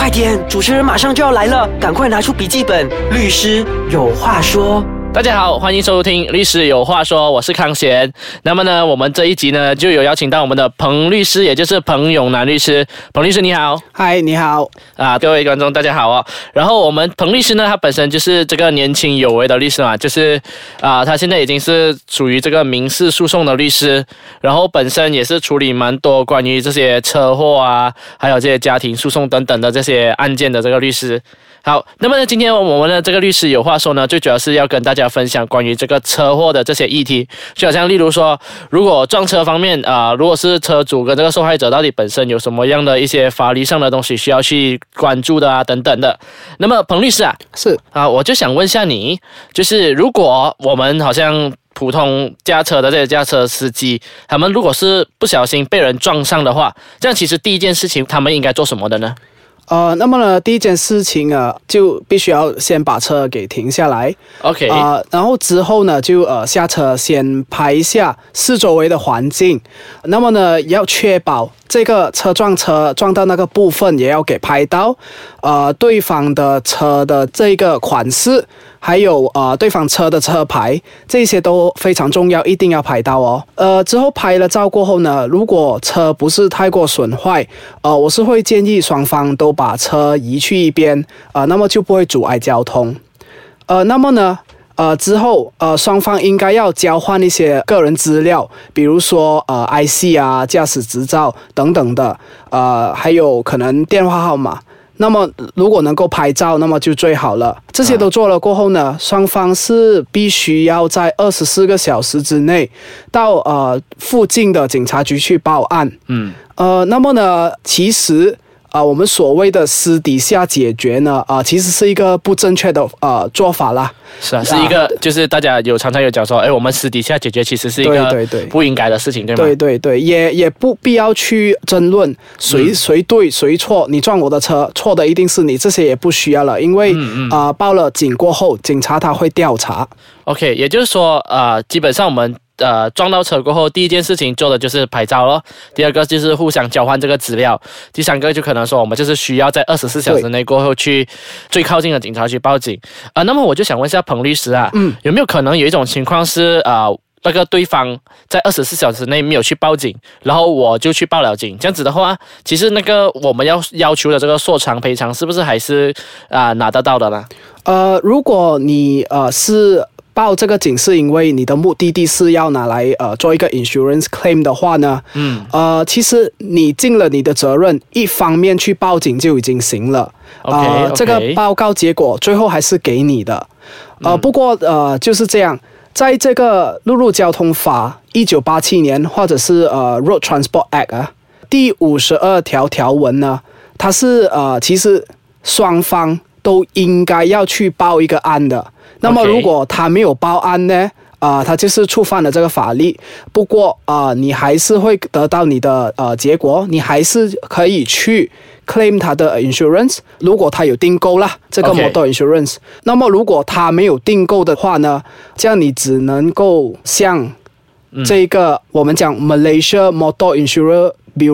快点，主持人马上就要来了，赶快拿出笔记本，律师有话说。 大家好，欢迎收听律师有话说，我是康贤。那么呢，我们这一集呢就有邀请到我们的彭律师，也就是彭永南律师。彭律师你好。 嗨，你好。 各位观众大家好哦。然后我们彭律师呢，他本身就是这个年轻有为的律师嘛，就是他现在已经是属于这个民事诉讼的律师，然后本身也是处理蛮多关于这些车祸啊，还有这些家庭诉讼等等的这些案件的这个律师。好，那么呢，今天我们的这个律师有话说呢，最主要是要跟大家分享关于这个车祸的这些议题，就好像例如说，如果撞车方面如果是车主跟这个受害者到底本身有什么样的一些法律上的东西需要去关注的等等的。那么彭律师是我就想问一下你，就是如果我们好像普通驾车的这些驾车司机，他们如果是不小心被人撞上的话，这样其实第一件事情他们应该做什么的呢？ 那么呢，第一件事情就必须要先把车给停下来。 OK。 然后之后呢，就下车先拍一下四周围的环境。那么呢，要确保这个车撞到那个部分也要给拍到，对方的车的这个款式，还有对方车的车牌，这些都非常重要，一定要拍到哦。之后拍了照过后呢，如果车不是太过损坏，我是会建议双方都把车移去一边，那么就不会阻碍交通。那么呢，之后双方应该要交换一些个人资料，比如说IC 驾驶执照等等的，还有可能电话号码。那么如果能够拍照，那么就最好了。这些都做了过后呢，双方是必须要在24个小时之内到附近的警察局去报案。那么呢，其实我们所谓的私底下解决呢，其实是一个不正确的做法啦。 是一个就是大家常常有讲说，我们私底下解决其实是一个不应该的事情，对吗？ 对，也不必要去争论谁对谁错，你撞我的车，错的一定是你，这些也不需要了，因为报了警过后，警察他会调查。 OK， 也就是说基本上我们撞到车过后，第一件事情做的就是拍照咯，第二个就是互相交换这个资料，第三个就可能说我们就是需要在24小时内过后去最靠近的警察局报警。那么我就想问一下彭律师有没有可能有一种情况是那个对方在24小时内没有去报警，然后我就去报了警，这样子的话，其实那个我们要求的这个索偿赔偿是不是还是拿得到的呢？ 如果你是报这个警是因为你的目的地是要拿来做一个 insurance claim 的话呢，其实你尽了你的责任，一方面去报警就已经行了。 OK， 这个报告结果最后还是给你的。不过就是这样，在这个陆路交通法1987年或者是Road Transport Act 第52条条文呢，它是其实双方都应该要去报一个案的。那么如果他没有报案呢，他就是触犯了这个法律。不过你还是会得到你的结果，你还是可以去 claim 他的 insurance。如果他有订购啦，这个 motor insurance。那么如果他没有订购的话呢，这样你只能够向这个我们讲 Malaysia Motor Insurance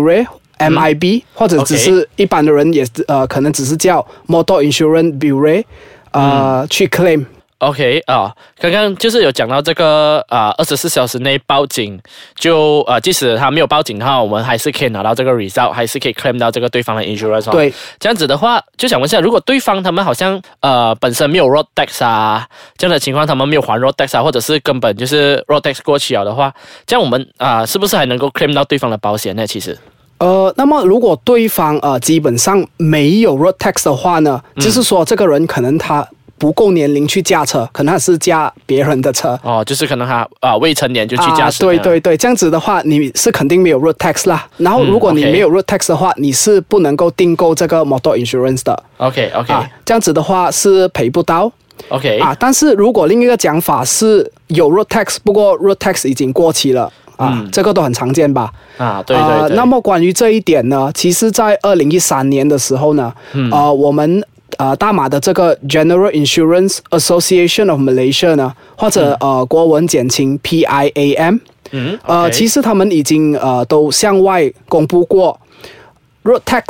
Bureau。MIB 或者只是一般的人也可能只是叫 Motor Insurance Bureau 去 claim。 OK 刚刚就是有讲到这个24小时内报警，就即使他没有报警的话，我们还是可以拿到这个 result， 还是可以 claim 到这个对方的 insurance。 对， 这样子的话，就想问一下，如果对方他们好像本身没有 road tax 这样的情况，他们没有还 road tax 或者是根本就是 road tax 过期了的话，这样我们是不是还能够 claim 到对方的保险呢？其实。 那么如果对方基本上没有 road tax 的话呢，就是说这个人可能他不够年龄去驾车，可能他是驾别人的车。 就是可能他未成年就去驾驶。 对，这样子的话你是肯定没有 road tax 啦。然后如果你没有 road tax 的话，你是不能够订购这个 motor insurance 的。 OK， 这样子的话是赔不到。 OK， 但是如果另一个讲法是有 road tax， 不过 road tax 已经过期了。这个都很常见吧？ 对。 那么关于这一点呢，其实在2013年的时候呢，我们大马的这个 General Insurance Association of Malaysia 呢，或者国文简称 PIAM，其实他们已经都向外公布过 road tax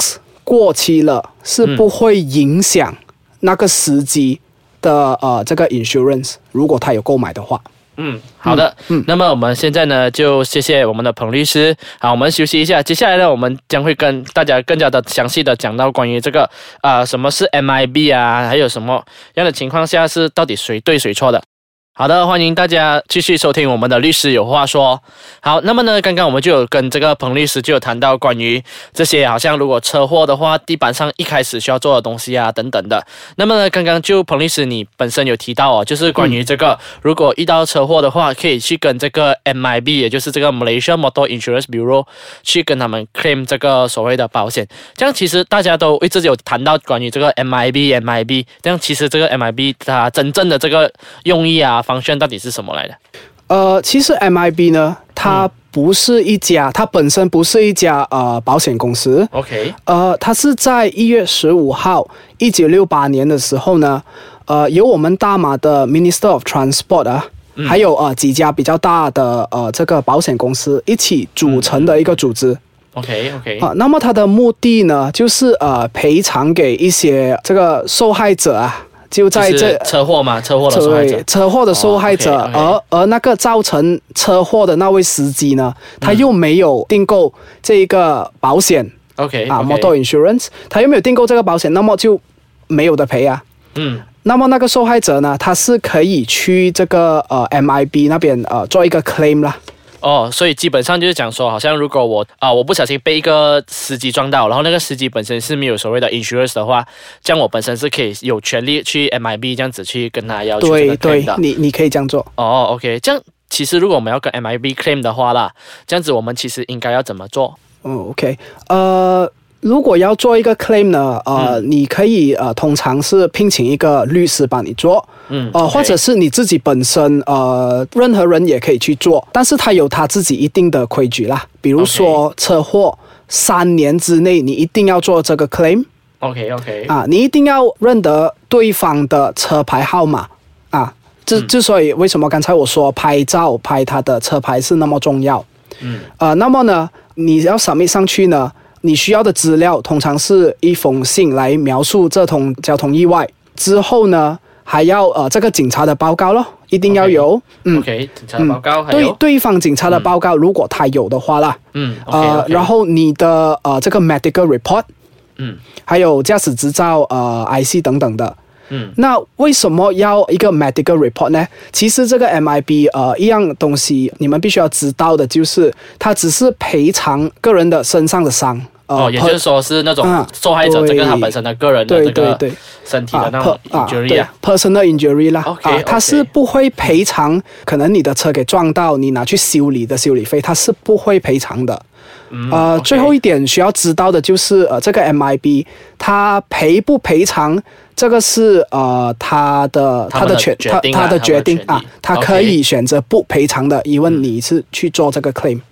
过期了是不会影响那个司机的这个 insurance， 如果他有购买的话。 好的。那么我们现在呢，就谢谢我们的彭律师。好，我们休息一下。接下来呢，我们将会跟大家更加的详细的讲到关于这个什么是 MIB 啊，还有什么样的情况下是到底谁对谁错的。好的，欢迎大家继续收听我们的律师有话说。好，那么呢，刚刚我们就有跟这个彭律师就有谈到关于这些，好像如果车祸的话，地板上一开始需要做的东西啊，等等的。那么呢，刚刚就彭律师你本身有提到哦，就是关于这个，如果遇到车祸的话，可以去跟这个 MIB， 也就是这个 Malaysia Motor Insurance Bureau 去跟他们 claim 这个所谓的保险。这样其实大家都一直有谈到关于这个 MIB， 这样其实这个 MIB 它真正的这个用意啊。方向到底是什么来的？ 其实 MIB 呢，它不是一家，它本身不是一家保险公司。 OK。 它是在1月15号1968年的时候呢，由我们大马的 Minister of Transport 啊，还有几家比较大的这个保险公司一起组成的一个组织。 OK。 那么它的目的呢，就是赔偿给一些这个受害者啊。就在这车祸嘛，车祸的受害者， 车祸的受害者，而那个造成车祸的那位司机呢，他又没有订购这个保险，Motor Insurance， 他又没有订购这个保险，那么就没有的赔啊。那么那个受害者呢，他是可以去这个MIB 那边做一个 claim 啦。 所以基本上就是讲说，好像如果我不小心被一个司机撞到，然后那个司机本身是没有所谓的 insurance 的话，这样我本身是可以有权利去 MIB 这样子去跟他要求这个 claim 的。 对，你可以这样做。 OK， 这样其实如果我们要跟 MIB claim 的话啦，这样子我们其实应该要怎么做 ？OK，如果要做一个 claim 呢，你可以通常是聘请一个律师帮你做，或者是你自己本身任何人也可以去做，但是他有他自己一定的规矩啦，比如说车祸3年之内你一定要做这个 claim。 OK。 你一定要认得对方的车牌号码啊，之所以为什么刚才我说拍照拍他的车牌是那么重要。那么呢，你要 submit 上去呢。你需要的资料通常是一封信来描述这通交通意外，之后呢还要这个警察的报告咯，一定要有。 OK， 警察的报告，还有对方警察的报告，如果他有的话啦。 OK。 然后你的这个 medical report，还有驾驶执照IC 等等的。那为什么要一个 medical report 呢？其实这个 MIB 一样东西，你们必须要知道的就是，它只是赔偿个人的身上的伤。 也就是说是那种受害者这个他本身的个人的这个身体的那种 injury 啊 ，personal injury 啦。 OK， 它是不会赔偿，可能你的车给撞到，你拿去修理的修理费，它是不会赔偿的。最后一点需要知道的就是这个 MIB 它赔不赔偿，这个是他的决定啊，他可以选择不赔偿的，疑问你是去做这个 claim。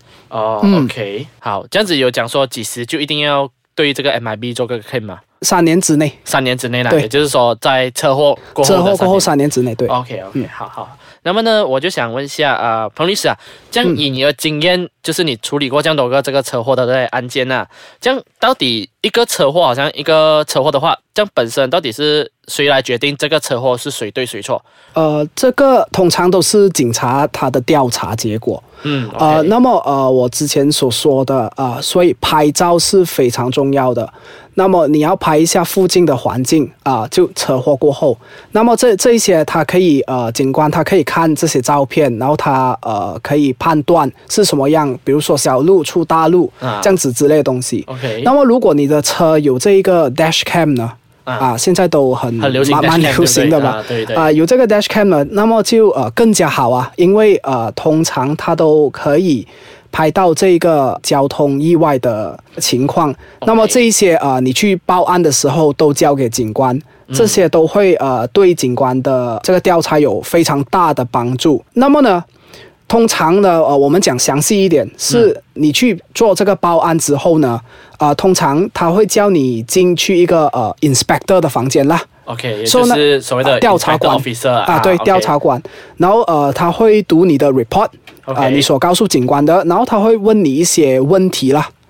OK， 好，这样子有讲说几时就一定要对这个 MIB 做个 claim 吗 ？3年之内 ，3年之内啦，也就是说在车祸过后3年之内，对。 OK， 好。那么呢，我就想问一下彭律师啊，这样以你的经验，就是你处理过这样多个这个车祸的这些案件啊，这样到底一个车祸，好像一个车祸的话，这样本身到底是谁来决定这个车祸是谁对谁错？ 这个通常都是警察他的调查结果。那么我之前所说的所以拍照是非常重要的。那么你要拍一下附近的环境就车祸过后，那么这一些他可以警官他可以看这些照片，然后他可以判断是什么样，比如说小路出大路这样子之类的东西。那么如果你的车有这一个 dash cam 呢？现在都蛮流行的吧？有这个 dash cam 呢，那么就更加好啊，因为通常它都可以拍到这个交通意外的情况。那么这一些你去报案的时候都交给警官，这些都会对警官的这个调查有非常大的帮助。那么呢，通常呢，我们讲详细一点，是你去做这个报案之后呢，通常他会叫你进去一个inspector 的房间啦。 OK， 也就是所谓的调查官 officer 对，调查官。然后他会读你的 report，你所告诉警官的，然后他会问你一些问题啦。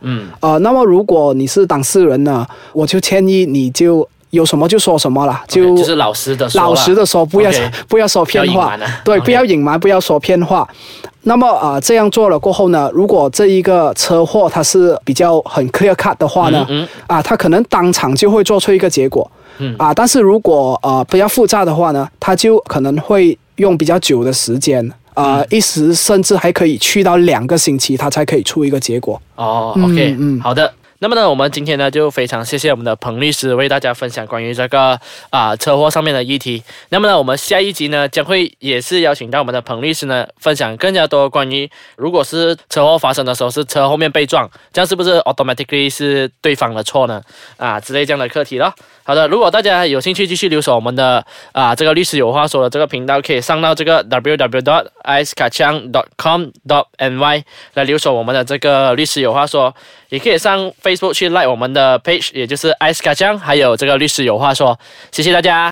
那么如果你是当事人呢，我就建议你就有什么就说什么啦， 就是老实的说， 不要说骗话，对，不要隐瞒，不要说骗话。那么这样做了过后呢，如果这一个车祸它是比较很 clear cut 的话呢，它可能当场就会做出一个结果，但是如果比较复杂的话呢，它就可能会用比较久的时间。一时甚至还可以去到2个星期，它才可以出一个结果。 OK，好的。那么呢，我们今天呢就非常谢谢我们的彭律师为大家分享关于这个车祸上面的议题。那么呢，我们下一集呢将会也是邀请到我们的彭律师呢分享更加多关于如果是车祸发生的时候是车后面被撞，这样是不是 automatically 是对方的错呢？之类这样的课题咯。好的，如果大家有兴趣继续留守我们的这个律师有话说的这个频道，可以上到这个 www.aiskachang.com.my 来留守我们的这个律师有话说，也可以上Facebook 去 like 我们的 page， 也就是 Ais Kachang， 还有这个律师有话说。谢谢大家。